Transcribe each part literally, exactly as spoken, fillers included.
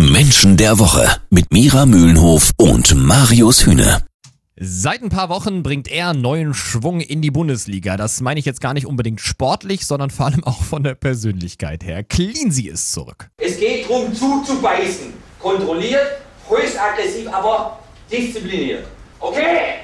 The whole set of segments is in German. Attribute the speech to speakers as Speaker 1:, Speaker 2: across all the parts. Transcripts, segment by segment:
Speaker 1: Menschen der Woche mit Mira Mühlenhof und Marius Hühne.
Speaker 2: Seit ein paar Wochen bringt er neuen Schwung in die Bundesliga. Das meine ich jetzt gar nicht unbedingt sportlich, sondern vor allem auch von der Persönlichkeit her. Cleansy ist zurück.
Speaker 3: Es geht darum, zuzubeißen. Kontrolliert, höchst aggressiv, aber diszipliniert. Okay?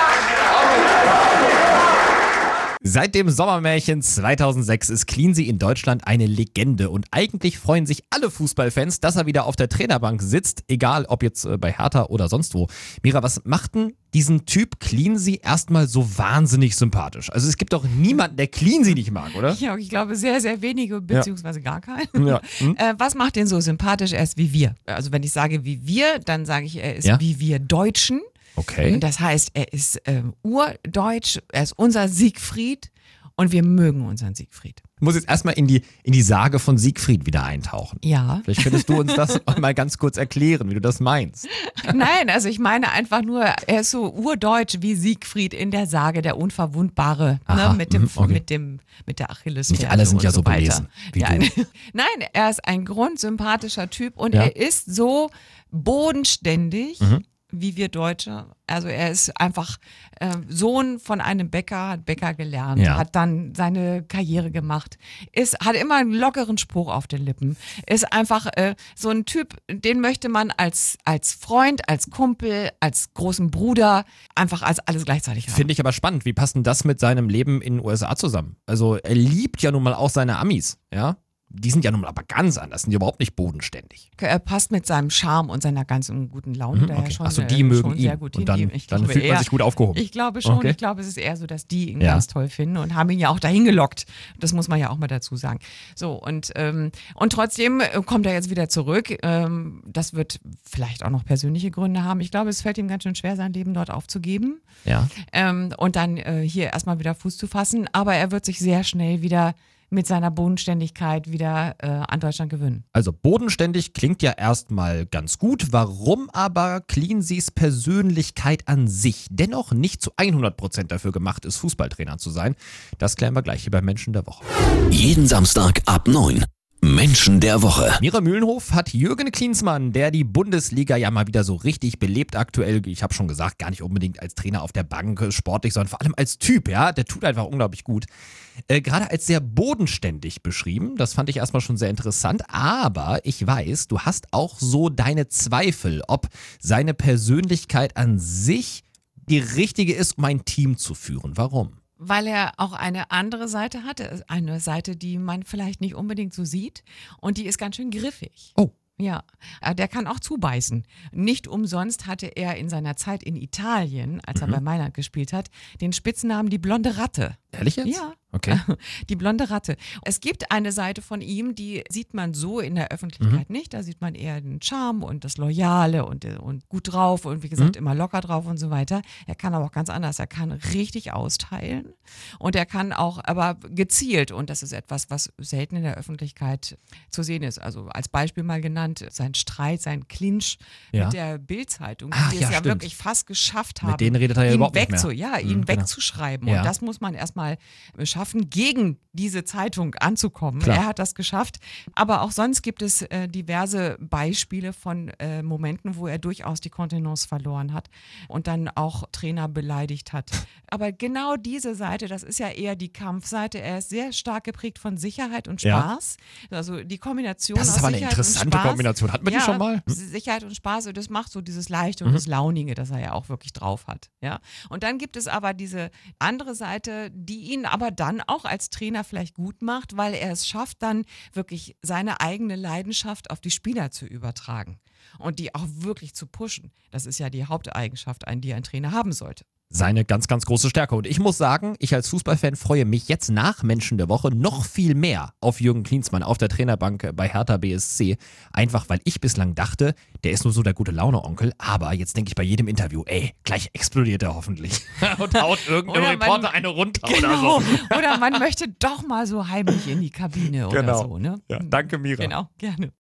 Speaker 2: Seit dem Sommermärchen zweitausendsechs ist Cleansy in Deutschland eine Legende und eigentlich freuen sich alle Fußballfans, dass er wieder auf der Trainerbank sitzt, egal ob jetzt bei Hertha oder sonst wo. Mira, was macht denn diesen Typ Cleansy erstmal so wahnsinnig sympathisch? Also es gibt doch niemanden, der Cleansy nicht mag, oder?
Speaker 4: Ja, ich glaube sehr, sehr wenige, beziehungsweise gar keinen.
Speaker 2: Ja. Hm?
Speaker 4: Äh, was macht den so sympathisch? Er ist wie wir. Also wenn ich sage wie wir, dann sage ich, er ist
Speaker 2: Ja?
Speaker 4: wie wir Deutschen.
Speaker 2: Okay.
Speaker 4: Und das heißt, er ist ähm, urdeutsch, er ist unser Siegfried und wir mögen unseren Siegfried.
Speaker 2: Ich muss jetzt erstmal in die, in die Sage von Siegfried wieder eintauchen.
Speaker 4: Ja.
Speaker 2: Vielleicht könntest du uns das mal ganz kurz erklären, wie du das meinst.
Speaker 4: Nein, also ich meine einfach nur, er ist so urdeutsch wie Siegfried in der Sage, der Unverwundbare,
Speaker 2: Aha,
Speaker 4: ne, mit dem,
Speaker 2: mhm, okay.
Speaker 4: mit dem, mit der Achillesferse.
Speaker 2: Nicht alle sind
Speaker 4: und
Speaker 2: ja so
Speaker 4: weiter.
Speaker 2: belesen wie
Speaker 4: ja,
Speaker 2: du.
Speaker 4: Nein, er ist ein grundsympathischer Typ und
Speaker 2: Ja.
Speaker 4: er ist so bodenständig.
Speaker 2: Mhm.
Speaker 4: Wie wir Deutsche. Also er ist einfach äh, Sohn von einem Bäcker, hat Bäcker gelernt,
Speaker 2: Ja.
Speaker 4: hat dann seine Karriere gemacht, ist, hat immer einen lockeren Spruch auf den Lippen, ist einfach äh, so ein Typ, den möchte man als, als Freund, als Kumpel, als großen Bruder, einfach als alles gleichzeitig haben.
Speaker 2: Finde ich aber spannend. Wie passt denn das mit seinem Leben in den U S A zusammen? Also er liebt ja nun mal auch seine Amis, ja? Die sind ja nun mal aber ganz anders, sind die überhaupt nicht bodenständig.
Speaker 4: Er passt mit seinem Charme und seiner ganzen guten Laune
Speaker 2: Mhm,
Speaker 4: da
Speaker 2: okay.
Speaker 4: ja schon,
Speaker 2: Ach so,
Speaker 4: äh,
Speaker 2: die mögen
Speaker 4: schon
Speaker 2: ihn.
Speaker 4: sehr gut
Speaker 2: Und
Speaker 4: hin.
Speaker 2: dann-
Speaker 4: Die- ich
Speaker 2: dann
Speaker 4: glaube
Speaker 2: fühlt man
Speaker 4: eher-
Speaker 2: sich gut aufgehoben.
Speaker 4: Ich glaube schon.
Speaker 2: Okay.
Speaker 4: Ich glaube, es ist eher so, dass die ihn
Speaker 2: Ja.
Speaker 4: ganz toll finden und haben ihn ja auch dahin gelockt. Das muss man ja auch mal dazu sagen. So, und, ähm, und trotzdem äh, kommt er jetzt wieder zurück. Ähm, das wird vielleicht auch noch persönliche Gründe haben. Ich glaube, es fällt ihm ganz schön schwer, sein Leben dort aufzugeben.
Speaker 2: Ja.
Speaker 4: Ähm, und dann äh, hier erstmal wieder Fuß zu fassen. Aber er wird sich sehr schnell wieder mit seiner Bodenständigkeit wieder äh, an Deutschland gewöhnen.
Speaker 2: Also bodenständig klingt ja erstmal ganz gut. Warum aber Cleansys Persönlichkeit an sich dennoch nicht zu hundert Prozent dafür gemacht ist, Fußballtrainer zu sein, das klären wir gleich hier bei Menschen der Woche.
Speaker 1: Jeden Samstag ab neun. Menschen der Woche.
Speaker 2: Mira Mühlenhof hat Jürgen Klinsmann, der die Bundesliga ja mal wieder so richtig belebt aktuell, ich habe schon gesagt, gar nicht unbedingt als Trainer auf der Bank, sportlich, sondern vor allem als Typ, ja, der tut einfach unglaublich gut. Äh, gerade als sehr bodenständig beschrieben, das fand ich erstmal schon sehr interessant, aber ich weiß, du hast auch so deine Zweifel, ob seine Persönlichkeit an sich die richtige ist, um ein Team zu führen. Warum?
Speaker 4: Weil er auch eine andere Seite hatte, eine Seite, die man vielleicht nicht unbedingt so sieht und die ist ganz schön griffig.
Speaker 2: Oh.
Speaker 4: Ja, äh, der kann auch zubeißen. Nicht umsonst hatte er in seiner Zeit in Italien, als er bei Mailand gespielt hat, den Spitznamen die blonde Ratte.
Speaker 2: Ehrlich jetzt?
Speaker 4: Ja.
Speaker 2: Okay.
Speaker 4: Die blonde Ratte. Es gibt eine Seite von ihm, die sieht man so in der Öffentlichkeit nicht. Da sieht man eher den Charme und das Loyale und, und gut drauf und wie gesagt immer locker drauf und so weiter. Er kann aber auch ganz anders. Er kann richtig austeilen und er kann auch aber gezielt und das ist etwas, was selten in der Öffentlichkeit zu sehen ist. Also als Beispiel mal genannt, sein Streit, sein Clinch
Speaker 2: Ja.
Speaker 4: mit der Bild-Zeitung,
Speaker 2: Ach,
Speaker 4: die es
Speaker 2: ja,
Speaker 4: ja
Speaker 2: stimmt.
Speaker 4: wirklich fast geschafft haben,
Speaker 2: denen redet er ja
Speaker 4: ihn
Speaker 2: überhaupt nicht
Speaker 4: wegzu,
Speaker 2: mehr.
Speaker 4: Ja, ihn
Speaker 2: Mhm, genau.
Speaker 4: wegzuschreiben.
Speaker 2: Ja.
Speaker 4: Und das muss man erstmal schaffen, gegen diese Zeitung anzukommen.
Speaker 2: Klar.
Speaker 4: Er hat das geschafft. Aber auch sonst gibt es äh, diverse Beispiele von äh, Momenten, wo er durchaus die Kontenance verloren hat und dann auch Trainer beleidigt hat. Aber genau diese Seite, das ist ja eher die Kampfseite. Er ist sehr stark geprägt von Sicherheit und
Speaker 2: Ja.
Speaker 4: Spaß. Also die Kombination
Speaker 2: Das ist
Speaker 4: aus
Speaker 2: aber eine
Speaker 4: Sicherheit
Speaker 2: interessante
Speaker 4: und Spaß.
Speaker 2: Kombination. Hatten wir die
Speaker 4: ja,
Speaker 2: schon mal? Hm?
Speaker 4: Sicherheit und Spaß, und das macht so dieses Leichte und das Launige, das er ja auch wirklich drauf hat. Ja? Und dann gibt es aber diese andere Seite, die ihn aber dann auch als Trainer vielleicht gut macht, weil er es schafft, dann wirklich seine eigene Leidenschaft auf die Spieler zu übertragen und die auch wirklich zu pushen. Das ist ja die Haupteigenschaft, die ein Trainer haben sollte.
Speaker 2: Seine ganz, ganz große Stärke. Und ich muss sagen, ich als Fußballfan freue mich jetzt nach Menschen der Woche noch viel mehr auf Jürgen Klinsmann auf der Trainerbank bei Hertha B S C. Einfach, weil ich bislang dachte, der ist nur so der gute Laune-Onkel. Aber jetzt denke ich bei jedem Interview, ey, gleich explodiert er hoffentlich. Und haut irgendein
Speaker 4: Oder
Speaker 2: Reporter
Speaker 4: man-
Speaker 2: eine runter
Speaker 4: Genau.
Speaker 2: oder so.
Speaker 4: Oder man möchte doch mal so heimlich in die Kabine oder
Speaker 2: Genau.
Speaker 4: so. Ne?
Speaker 2: Ja, danke, Mira.
Speaker 4: Genau, gerne.